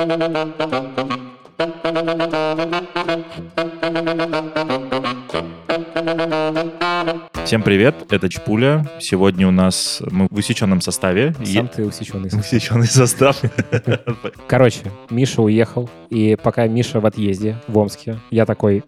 Всем привет, это Чпуля. Сегодня у нас мы в усеченном составе. Сам ты усеченный состав. Усеченный состав. Короче, Миша уехал, и пока Миша в отъезде в Омске, я такой,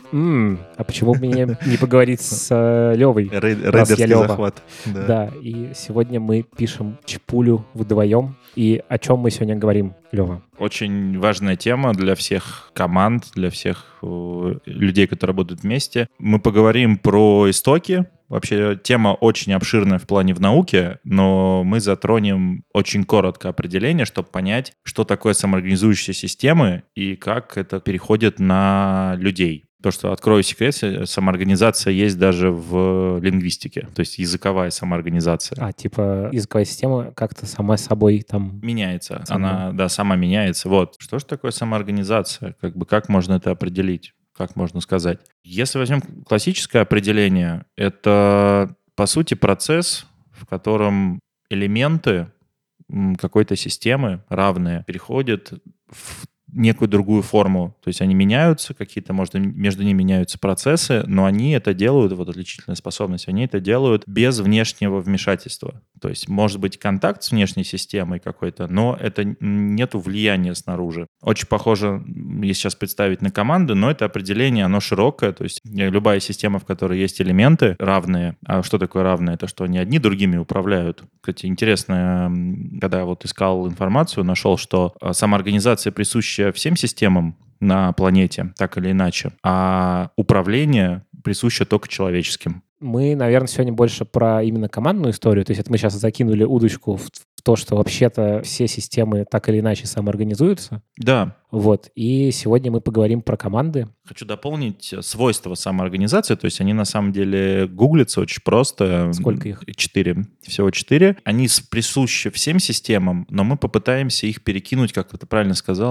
а почему бы мне не поговорить с Левой, раз я Рейдерский Лева? захват. Да, и сегодня мы пишем Чпулю вдвоем. И о чем мы сегодня говорим, Лева? Очень важная тема для всех команд, для всех людей, которые работают вместе. Мы поговорим про истоки. Вообще тема очень обширная в плане в науке, но мы затронем очень коротко определение, чтобы понять, что такое самоорганизующиеся системы и как это переходит на людей. То, что, открою секрет, самоорганизация есть даже в лингвистике, то есть языковая самоорганизация. Типа языковая система как-то сама собой там... Меняется. Она, да, сама меняется. Вот. Что же такое самоорганизация? Как можно это определить? Как можно сказать? Если возьмем классическое определение, это, по сути, процесс, в котором элементы какой-то системы равные переходят в некую другую форму. То есть они меняются, какие-то, может, между ними меняются процессы, но они это делают, вот отличительная способность, они это делают без внешнего вмешательства. То есть может быть контакт с внешней системой какой-то, но это нету влияния снаружи. Очень похоже, если сейчас представить на команды, но это определение, оно широкое, то есть любая система, в которой есть элементы равные. А что такое равные? Это что они одни другими управляют. Кстати, интересно, когда вот искал информацию, нашел, что самоорганизация присуща всем системам на планете, так или иначе, а управление присуще только человеческим. Мы, наверное, сегодня больше про именно командную историю. То есть это мы сейчас закинули удочку в то, что вообще-то все системы так или иначе самоорганизуются. Да. Вот. И сегодня мы поговорим про команды. Хочу дополнить свойства самоорганизации. То есть они на самом деле гуглятся очень просто. Сколько их? 4. Всего 4. Они присущи всем системам, но мы попытаемся их перекинуть, как ты правильно сказал,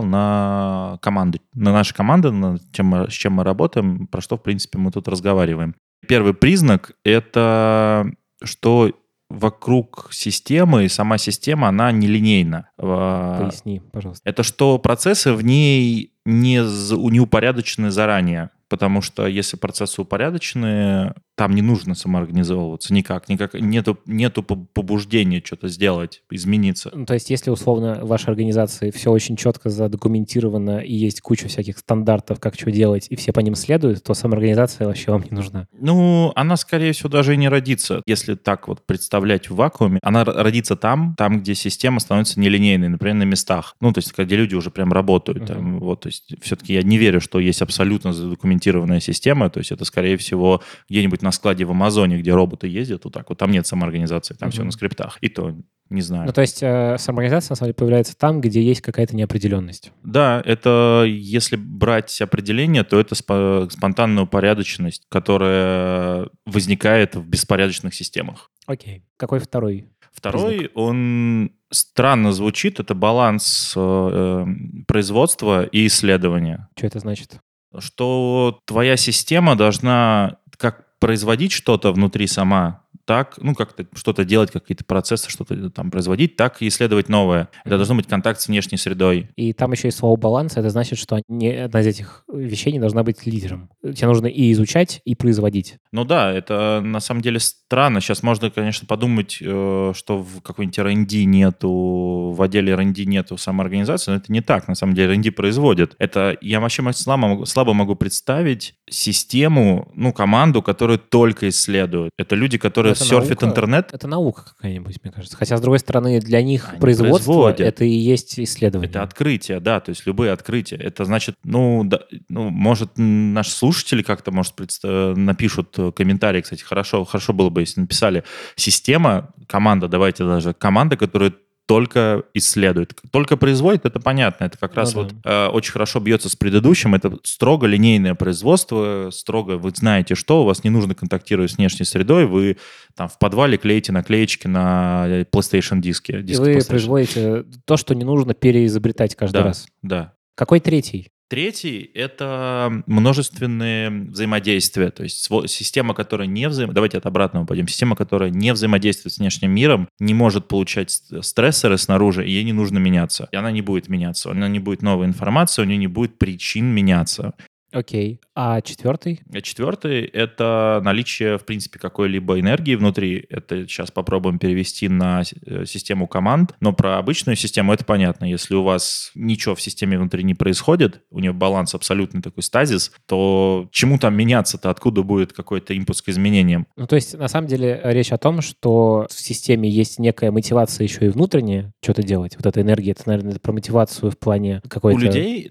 на команды. На наши команды, с чем мы работаем, про что, в принципе, мы тут разговариваем. Первый признак — это что вокруг системы, и сама система, она нелинейна. Поясни, пожалуйста. Это что процессы в ней не упорядочены заранее. Потому что если процессы упорядочены, там не нужно самоорганизовываться никак. Нету побуждения что-то сделать, измениться. То есть если, условно, в вашей организации все очень четко задокументировано и есть куча всяких стандартов, как что делать, и все по ним следуют, то самоорганизация вообще вам не нужна. Она, скорее всего, даже и не родится. Если так вот представлять в вакууме, она родится там, где система становится нелинейной, например, на местах. То есть, где люди уже прям работают. То есть, все-таки я не верю, что есть абсолютно задокументированная система, то есть это, скорее всего, где-нибудь на складе в Амазоне, где роботы ездят, вот так вот, там нет самоорганизации, там все на скриптах, и то не знаю. То есть самоорганизация, на самом деле, появляется там, где есть какая-то неопределенность. Да, это, если брать определение, то это спонтанная упорядоченность, которая возникает в беспорядочных системах. Окей. Какой второй? Второй, он странно звучит, это баланс производства и исследования. Что это значит? Что твоя система должна как производить что-то внутри сама, так, как-то что-то делать, какие-то процессы, что-то там производить, так и исследовать новое. Это должен быть контакт с внешней средой. И там еще есть слово «баланс». Это значит, что ни одна из этих вещей не должна быть лидером. Тебе нужно и изучать, и производить. Да, это на самом деле странно. Сейчас можно, конечно, подумать, что в какой-нибудь R&D нету, в отделе R&D нету самоорганизации, но это не так. На самом деле R&D производит. Это я вообще слабо могу представить систему, команду, которая только исследует. Это люди, которые серфят интернет. Это наука какая-нибудь, мне кажется. Хотя, с другой стороны, для них производство — это и есть исследование. Это открытие, да, то есть любые открытия. Это значит, может, наши слушатели как-то, может, напишут комментарии, кстати, хорошо было бы, если написали команда, давайте даже, команда, которая только исследует. Только производит, это понятно. Это как раз очень хорошо бьется с предыдущим. Это строго линейное производство, строго вы знаете, что у вас не нужно контактировать с внешней средой, вы там в подвале клеите наклеечки на PlayStation диске. И вы производите то, что не нужно переизобретать каждый раз. Да. Какой третий? Третий — это множественные взаимодействия. То есть система, которая не Давайте от обратного пойдем. Система, которая не взаимодействует с внешним миром, не может получать стрессоры снаружи, и ей не нужно меняться. И она не будет меняться. Она не будет новой информации, у нее не будет причин меняться. Окей. А четвертый? Четвертый — это наличие, в принципе, какой-либо энергии внутри. Это сейчас попробуем перевести на систему команд. Но про обычную систему это понятно. Если у вас ничего в системе внутри не происходит, у нее баланс абсолютный такой стазис, то чему там меняться-то? Откуда будет какой-то импульс к изменениям? Ну, то есть, на самом деле, речь о том, что в системе есть некая мотивация еще и внутренняя что-то делать. Вот эта энергия, это, наверное, про мотивацию в плане какой-то... У людей...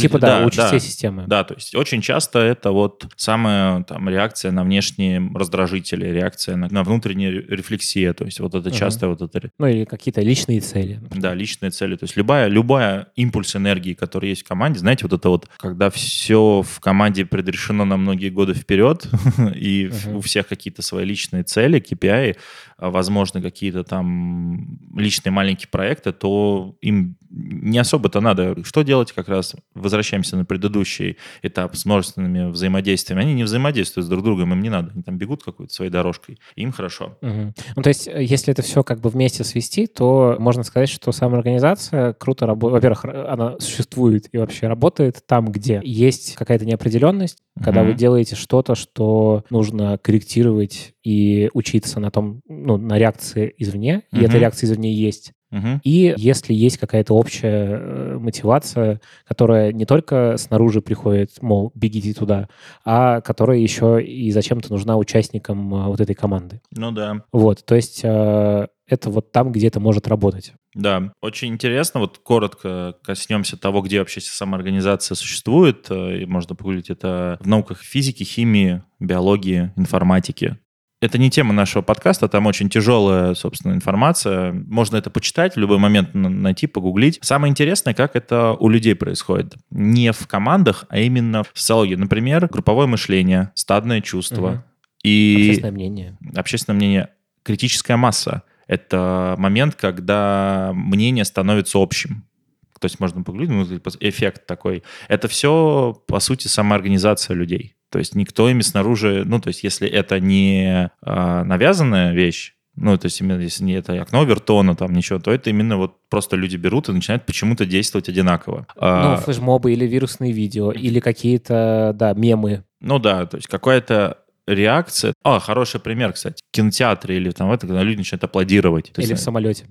у частей системы. Да, то есть очень часто это вот самая там реакция на внешние раздражители, реакция на внутреннюю рефлексию, то есть вот это часто вот это... Ну или какие-то личные цели. Например. Да, личные цели, то есть любая импульс энергии, который есть в команде, знаете, вот это вот, когда все в команде предрешено на многие годы вперед, и у всех какие-то свои личные цели, KPI, возможно, какие-то там личные маленькие проекты, то им не особо-то надо. Что делать как раз? Возвращаемся на предыдущий этап с множественными взаимодействиями. Они не взаимодействуют с друг другом, им не надо. Они там бегут какой-то своей дорожкой, им хорошо. Ну, то есть, если это все как бы вместе свести, то можно сказать, что самоорганизация круто работает. Во-первых, она существует и вообще работает там, где есть какая-то неопределенность, когда вы делаете что-то, что нужно корректировать и учиться на том, ну, на реакции извне, и эта реакция извне есть. И если есть какая-то общая мотивация, которая не только снаружи приходит, мол, бегите туда, а которая еще и зачем-то нужна участникам вот этой команды. Ну да. Вот, то есть это вот там, где это может работать. Да, очень интересно. Вот коротко коснемся того, где вообще самоорганизация существует. И можно погуглить это в науках физики, химии, биологии, информатики. Это не тема нашего подкаста, там очень тяжелая, собственно, информация. Можно это почитать, в любой момент найти, погуглить. Самое интересное, как это у людей происходит. Не в командах, а именно в социологии. Например, групповое мышление, стадное чувство. И общественное мнение. Критическая масса. Это момент, когда мнение становится общим. То есть можно погуглить, эффект такой. Это все, по сути, самоорганизация людей. То есть никто ими снаружи... Ну, то есть если это не навязанная вещь, ну, то есть именно если не это окно Вертона, там ничего, то это именно вот просто люди берут и начинают почему-то действовать одинаково. Ну, флешмобы или вирусные видео, или какие-то, да, мемы. Ну да, то есть какая-то реакция. Хороший пример, кстати. В кинотеатре или там это, когда люди начинают аплодировать. Или в самолете.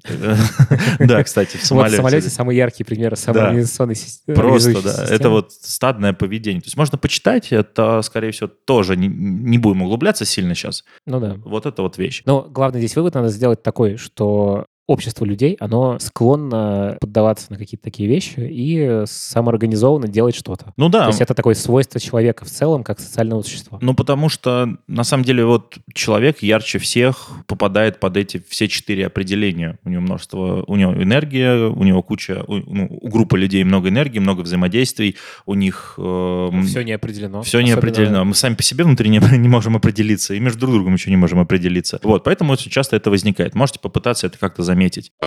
Да, кстати, в самолете. В самолете самый яркий пример самоорганизационной системы. Просто, да. Это вот стадное поведение. То есть можно почитать, это, скорее всего, тоже не будем углубляться сильно сейчас. Ну да. Вот это вот вещь. Но главное здесь вывод надо сделать такой, что общество людей, оно склонно поддаваться на какие-то такие вещи и самоорганизованно делать что-то. Ну да. То есть это такое свойство человека в целом, как социального существа. Ну потому что, на самом деле, вот человек ярче всех попадает под эти все 4 определения. У него множество, у него энергия, у него куча, у группы людей много энергии, много взаимодействий, у них... все не определено. Все не определено. Мы сами по себе внутри не можем определиться, и между друг другом еще не можем определиться. Вот, поэтому очень часто это возникает. Можете попытаться это как-то заметить.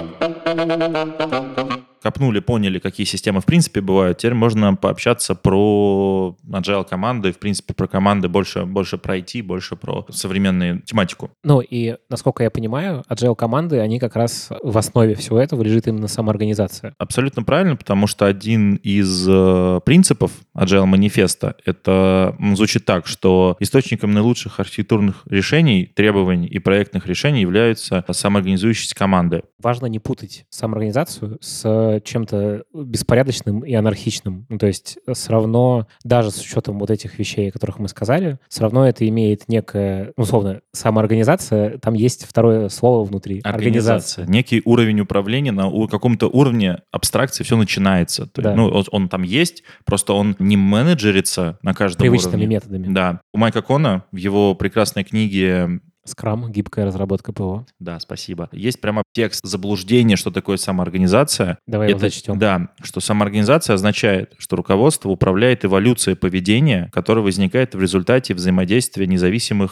Копнули, поняли, какие системы в принципе бывают. Теперь можно пообщаться про agile команды, в принципе, про команды больше про IT, больше про современную тематику. Ну и, насколько я понимаю, agile команды, они как раз в основе всего этого лежит именно самоорганизация. Абсолютно правильно, потому что один из принципов agile манифеста, это звучит так, что источником наилучших архитектурных решений, требований и проектных решений являются самоорганизующиеся команды. Важно не путать самоорганизацию с чем-то беспорядочным и анархичным. Ну, то есть все равно, даже с учетом вот этих вещей, о которых мы сказали, все равно это имеет некое, условно, самоорганизация, там есть второе слово внутри. Организация. Некий уровень управления, на каком-то уровне абстракции все начинается. То есть, ну, он там есть, просто он не менеджерится на каждом привычными уровне. методами. Да. У Майка Кона в его прекрасной книге Скрам, гибкая разработка ПО. Да, спасибо. Есть прямо текст заблуждения, что такое самоорганизация. Давай его зачтем. Да, что самоорганизация означает, что руководство управляет эволюцией поведения, которое возникает в результате взаимодействия независимых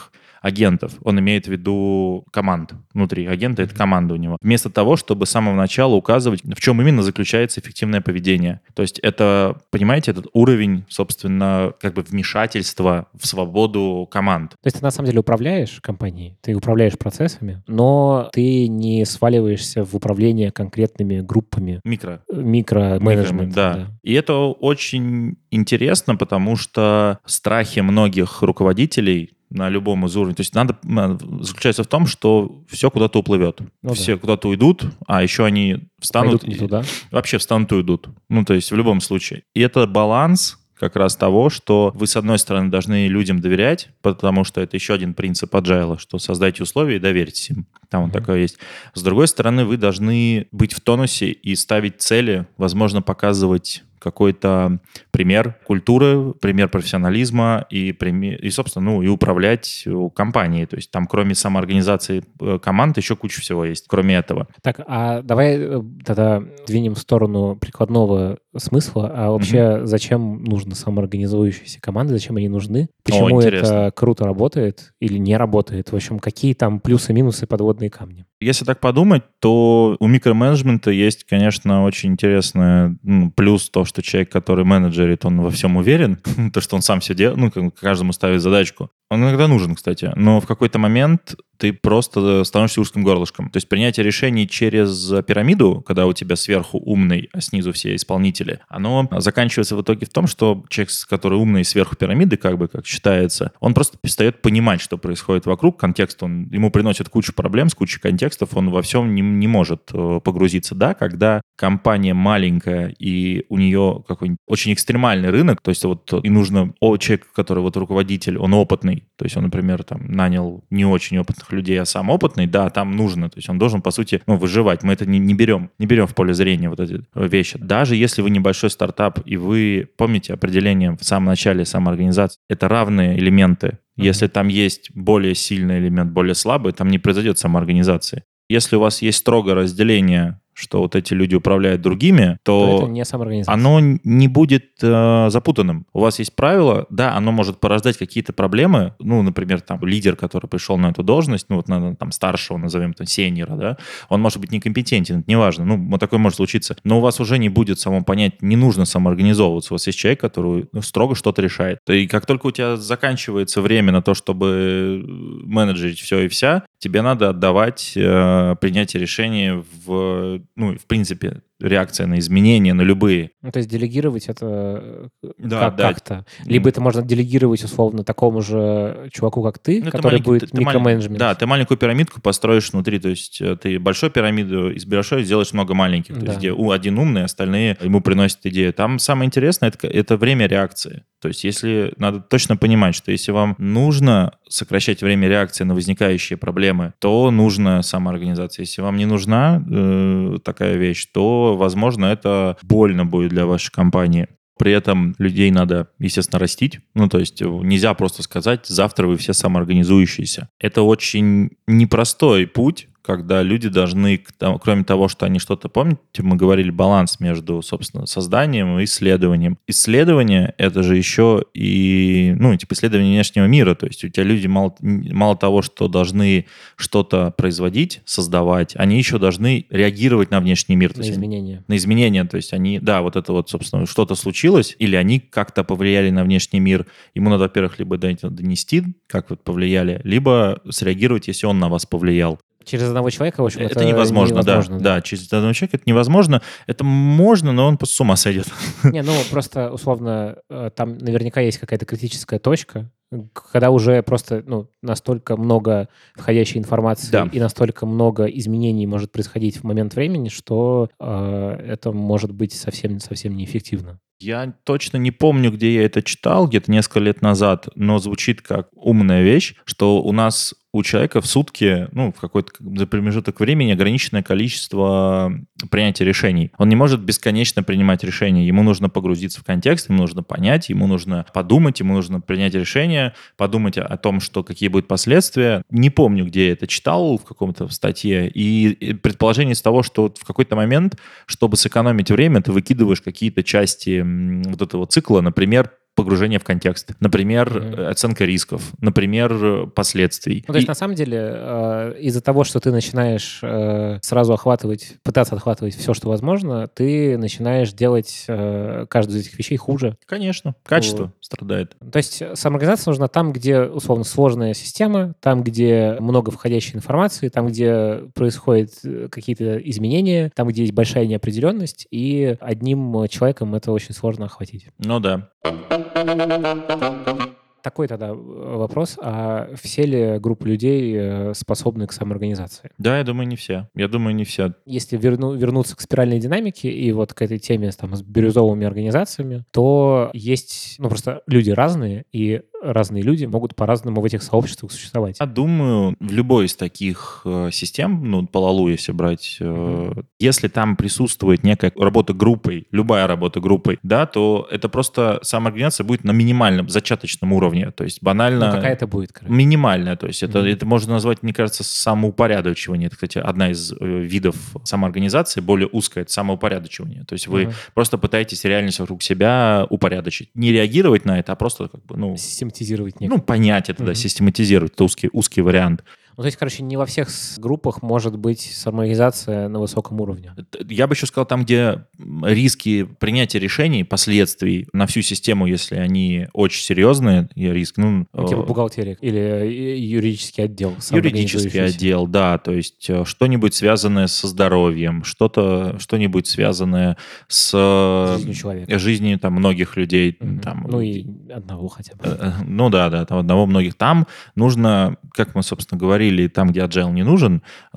агентов. Он имеет в виду команд внутри. Агенты — это команда у него. Вместо того, чтобы с самого начала указывать, в чем именно заключается эффективное поведение. То есть это, понимаете, этот уровень, собственно, как бы вмешательства в свободу команд. То есть ты на самом деле управляешь компанией, ты управляешь процессами, но ты не сваливаешься в управление конкретными группами. Микроменеджмент. Да. И это очень интересно, потому что страхи многих руководителей на любом из уровней, то есть заключается в том, что все куда-то уплывет. Все куда-то уйдут, а еще они встанут не туда. Вообще встанут и уйдут. То есть в любом случае. И это баланс как раз того, что вы, с одной стороны, должны людям доверять, потому что это еще один принцип agile, что создайте условия и доверьтесь им. Там такое есть. С другой стороны, вы должны быть в тонусе и ставить цели, возможно, показывать какой-то пример культуры, пример профессионализма и собственно, и управлять компанией. То есть там, кроме самоорганизации команд, еще куча всего есть, кроме этого. Так, а давай тогда двинем в сторону прикладного смысла. А вообще зачем нужны самоорганизующиеся команды? Зачем они нужны? Почему это круто работает или не работает? В общем, какие там плюсы, минусы, подводные камни? Если так подумать, то у микроменеджмента есть, конечно, очень интересный плюс то, что человек, который менеджерит, он во всем уверен, то, что он сам все делает, каждому ставит задачку. Он иногда нужен, кстати, но в какой-то момент ты просто становишься узким горлышком. То есть принятие решений через пирамиду, когда у тебя сверху умный, а снизу все исполнители, оно заканчивается в итоге в том, что человек, который умный сверху пирамиды, как считается, он просто перестает понимать, что происходит вокруг, контекст, ему приносит кучу проблем с кучей контекстов, он во всем не может погрузиться. Да, когда компания маленькая и у нее какой-нибудь очень экстремальный рынок, то есть и нужно человек, который руководитель, он опытный, то есть он, например, нанял не очень опытных людей, а сам опытный, да, там нужно, то есть он должен, по сути, выживать. Мы это не берем в поле зрения вот эти вещи. Даже если вы небольшой стартап, и вы помните определение в самом начале самоорганизации, это равные элементы. Если там есть более сильный элемент, более слабый, там не произойдет самоорганизации. Если у вас есть строгое разделение, что вот эти люди управляют другими, то это не самоорганизация. Оно не будет запутанным. У вас есть правило, да, оно может порождать какие-то проблемы, например, лидер, который пришел на эту должность, старшего, назовем, сеньора, да, он может быть некомпетентен, это неважно, такое может случиться, но у вас уже не будет само понять, не нужно самоорганизовываться, у вас есть человек, который строго что-то решает. И как только у тебя заканчивается время на то, чтобы менеджерить все и вся, тебе надо отдавать принятие решения в принципе, реакция на изменения, на любые. То есть делегировать это как-то. Либо это можно делегировать условно такому же чуваку, как ты, который будет микроменеджмент. Да, ты маленькую пирамидку построишь внутри, то есть ты большую пирамиду из большой сделаешь много маленьких, то есть где один умный, остальные ему приносят идею. Там самое интересное — это время реакции. То есть если надо точно понимать, что если вам нужно сокращать время реакции на возникающие проблемы, то нужна самоорганизация. Если вам не нужна такая вещь, то, возможно, это больно будет для вашей компании. При этом людей надо, естественно, растить. То есть нельзя просто сказать, завтра вы все самоорганизующиеся. Это очень непростой путь, когда люди должны, кроме того, что они что-то, помните, мы говорили, баланс между, собственно, созданием и исследованием. Исследование — это же еще и, исследование внешнего мира. То есть у тебя люди мало того, что должны что-то производить, создавать, они еще должны реагировать на внешний мир. На изменения. На изменения. То есть они, собственно, что-то случилось, или они как-то повлияли на внешний мир. Ему надо, во-первых, либо донести, как повлияли, либо среагировать, если он на вас повлиял. Через одного человека, в общем, это невозможно. Да, через одного человека это невозможно. Это можно, но он с ума сойдет. Просто, условно, там наверняка есть какая-то критическая точка, когда уже просто настолько много входящей информации и настолько много изменений может происходить в момент времени, что это может быть совсем неэффективно. Я точно не помню, где я это читал, где-то несколько лет назад, но звучит как умная вещь, что у человека в сутки, в какой-то промежуток времени ограниченное количество принятия решений. Он не может бесконечно принимать решения. Ему нужно погрузиться в контекст, ему нужно понять, ему нужно подумать, ему нужно принять решение, подумать о том, какие будут последствия. Не помню, где я это читал, в каком-то статье. И предположение из того, что в какой-то момент, чтобы сэкономить время, ты выкидываешь какие-то части этого цикла, например, погружение в контекст. Например, оценка рисков. Например, последствий. Ну, то есть, на самом деле, из-за того, что ты начинаешь сразу пытаться отхватывать все, что возможно, ты начинаешь делать каждую из этих вещей хуже. Конечно, качество страдает. То есть самоорганизация нужна там, где, условно, сложная система, там, где много входящей информации, там, где происходят какие-то изменения, там, где есть большая неопределенность, и одним человеком это очень сложно охватить. Ну да. Такой тогда вопрос, а все ли группы людей способны к самоорганизации? Да, я думаю, не все. Если вернуться к спиральной динамике и вот к этой теме с бирюзовыми организациями, то есть, просто люди разные, и разные люди могут по-разному в этих сообществах существовать. Я думаю, в любой из таких систем, Полалу, если брать, если там присутствует некая работа группой, любая работа группой, да, то это просто самоорганизация будет на минимальном, зачаточном уровне. То есть банально... какая это будет, короче? Минимальная. То есть это можно назвать, мне кажется, самоупорядочивание. Это, кстати, одна из видов самоорганизации, более узкая, это самоупорядочивание. То есть вы просто пытаетесь реальность вокруг себя упорядочить. Не реагировать на это, а просто систематизировать. Понять это, да, систематизировать. Это узкий вариант. То есть, не во всех группах может быть самоорганизация на высоком уровне. Я бы еще сказал, там, где риски принятия решений, последствий на всю систему, если они очень серьезные, риски, типа бухгалтерия или юридический отдел. Юридический отдел, да, то есть что-нибудь связанное со здоровьем, что-нибудь связанное с жизнью человека. Жизнью многих людей. И одного хотя бы. Там одного, многих. Там нужно, как мы, собственно, говорили, там, где agile не нужен,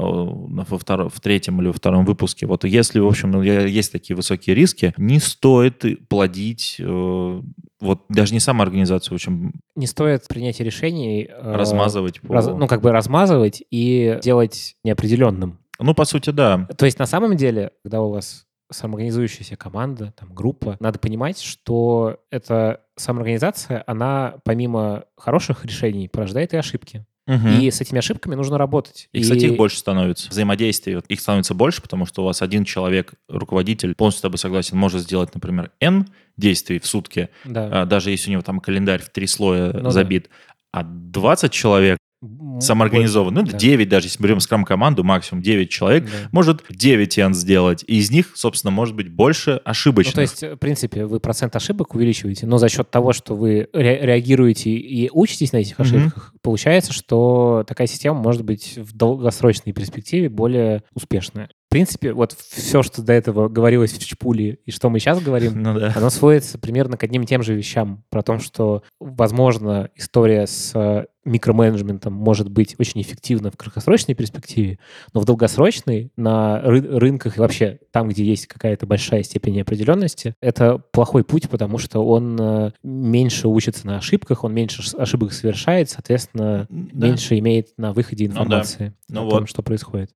в третьем или во втором выпуске, вот если, в общем, есть такие высокие риски, не стоит плодить даже не самоорганизацию, в общем... Не стоит принятие решений... размазывать. Размазывать и делать неопределенным. По сути, да. То есть, на самом деле, когда у вас самоорганизующаяся команда, группа, надо понимать, что эта самоорганизация, она помимо хороших решений порождает и ошибки. И с этими ошибками нужно работать. И, кстати, их больше становится. Взаимодействие. Их становится больше, потому что у вас один человек, руководитель, полностью с тобой согласен, может сделать, например, N действий в сутки, даже если у него там календарь в 3 слоя забит. А 20 человек самоорганизованно, 9 даже, если берем скрам-команду, максимум 9 человек, может 9 N сделать, и из них, собственно, может быть больше ошибочных. То есть, в принципе, вы процент ошибок увеличиваете, но за счет того, что вы реагируете и учитесь на этих ошибках, получается, что такая система может быть в долгосрочной перспективе более успешная. В принципе, вот все, что до этого говорилось в Чпуле и что мы сейчас говорим, оно сводится примерно к одним и тем же вещам. Про то, что, возможно, история с микроменеджментом может быть очень эффективна в краткосрочной перспективе, но в долгосрочной, на рынках и вообще там, где есть какая-то большая степень неопределенности, это плохой путь, потому что он меньше учится на ошибках, он меньше ошибок совершает, соответственно, меньше имеет на выходе информации о том, что происходит.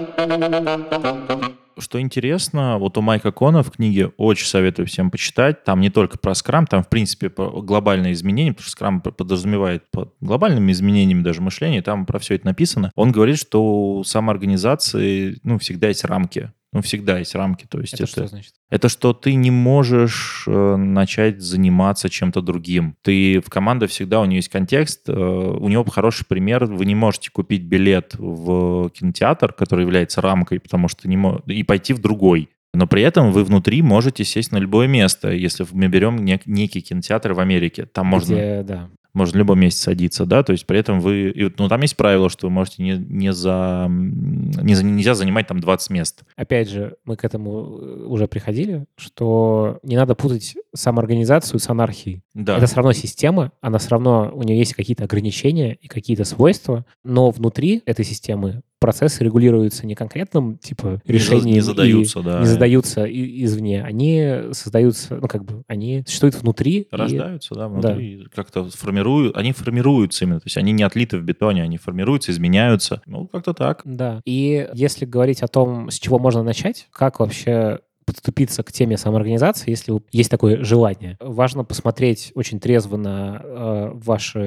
Что интересно, вот у Майка Кона в книге, очень советую всем почитать, там не только про скрам, там, в принципе, про глобальные изменения, потому что скрам подразумевает под глобальными изменениями даже мышления, там про все это написано. Он говорит, что у самоорганизации, всегда есть рамки. Всегда есть рамки. То есть это что значит? Это что ты не можешь начать заниматься чем-то другим. В команде всегда, у нее есть контекст, у него хороший пример, вы не можете купить билет в кинотеатр, который является рамкой, потому что и пойти в другой. Но при этом вы внутри можете сесть на любое место, если мы берем некий кинотеатр в Америке. Там можно в любом месте садиться, да, то есть при этом там есть правило, что вы можете нельзя занимать там 20 мест. Опять же, мы к этому уже приходили, что не надо путать самоорганизацию с анархией. Да. Это все равно система, она все равно, у нее есть какие-то ограничения и какие-то свойства, но внутри этой системы процессы регулируются не конкретным решением. Не задаются, не задаются извне. Они создаются, они существуют внутри. Рождаются, внутри. Как-то они формируются именно. То есть они не отлиты в бетоне, они формируются, изменяются. Как-то так. Да. И если говорить о том, с чего можно начать, как вообще подступиться к теме самоорганизации, если есть такое желание, важно посмотреть очень трезво на ваши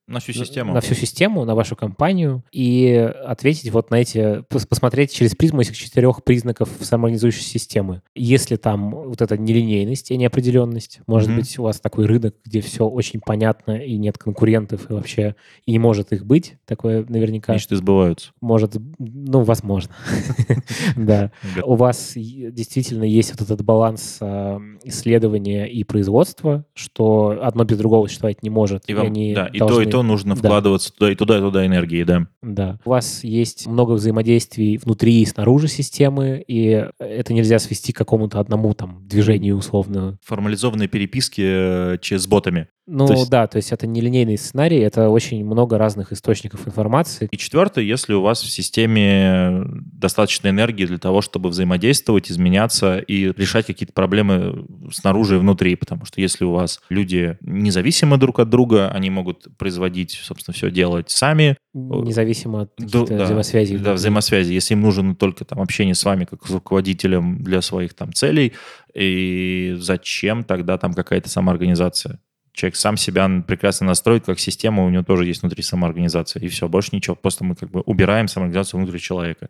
На всю систему. На всю систему, на вашу компанию, и ответить вот на эти, посмотреть через призму этих 4 признаков самоорганизующей системы. Если там вот эта нелинейность и неопределенность, может быть, у вас такой рынок, где все очень понятно, и нет конкурентов, и вообще и не может их быть, такое наверняка. Мечты сбываются. Может, ну, возможно. Да. У вас действительно есть вот этот баланс исследования и производства, что одно без другого существовать не может. Да, и то, и то нужно вкладываться туда, и туда энергии, да. Да. У вас есть много взаимодействий внутри и снаружи системы, и это нельзя свести к какому-то одному там движению условно. Формализованные переписки через ботами. Ну то есть это нелинейный сценарий, это очень много разных источников информации. И четвертое, если у вас в системе достаточно энергии для того, чтобы взаимодействовать, изменяться и решать какие-то проблемы снаружи и внутри, потому что если у вас люди независимы друг от друга, они могут производить, собственно, все делать сами. Независимо от взаимосвязей. Да, взаимосвязи. Если им нужно только там общение с вами как с руководителем для своих там целей, и зачем тогда там какая-то самоорганизация? Человек сам себя прекрасно настроит как система, у него тоже есть внутри самоорганизация. И все, больше ничего. Просто мы как бы убираем самоорганизацию внутри человека.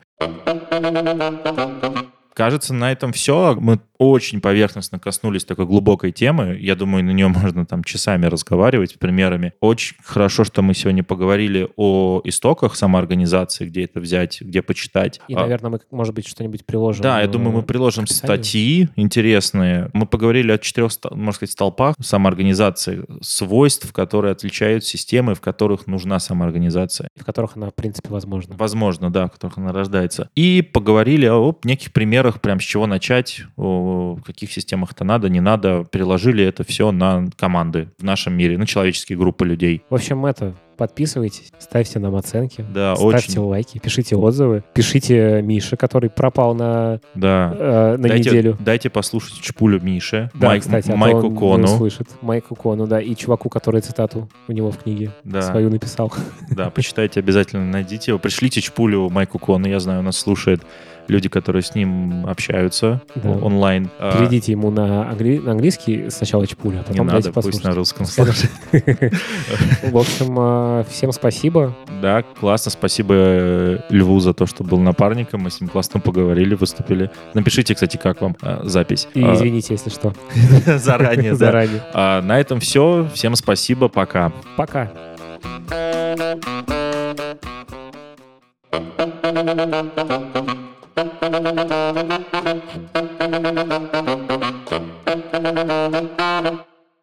Кажется, на этом все. Мы очень поверхностно коснулись такой глубокой темы. Я думаю, на нее можно там часами разговаривать примерами. Очень хорошо, что мы сегодня поговорили о истоках самоорганизации, где это взять, где почитать. И, наверное, мы, может быть, что-нибудь приложим. Да, я думаю, мы приложим статьи интересные. Мы поговорили о 4, можно сказать, столпах самоорганизации, свойств, которые отличают системы, в которых нужна самоорганизация. В которых она, в принципе, возможна. Возможно, да, в которых она рождается. И поговорили о неких примерах, прям с чего начать, в каких системах это надо, не надо. Переложили это все на команды в нашем мире, на человеческие группы людей. В общем, подписывайтесь, ставьте нам оценки, да, ставьте лайки, пишите отзывы, пишите Мише, который пропал на неделю. Дайте послушать Чпулю Мише, да, кстати, Майку Кону. Услышит. Майку Кону, да, и чуваку, который цитату у него в книге свою написал. Да, почитайте обязательно, найдите его. Пришлите Чпулю Майку Кону, я знаю, нас слушает люди, которые с ним общаются онлайн. Перейдите ему на английский сначала Чпулю, а потом дайте послушать. Пусть на русском слушает. В общем, всем спасибо. Да, классно. Спасибо Льву за то, что был напарником. Мы с ним классно поговорили, выступили. Напишите, кстати, как вам запись. И извините, если что. Заранее, да. На этом все. Всем спасибо. Пока. Пока. Thank you.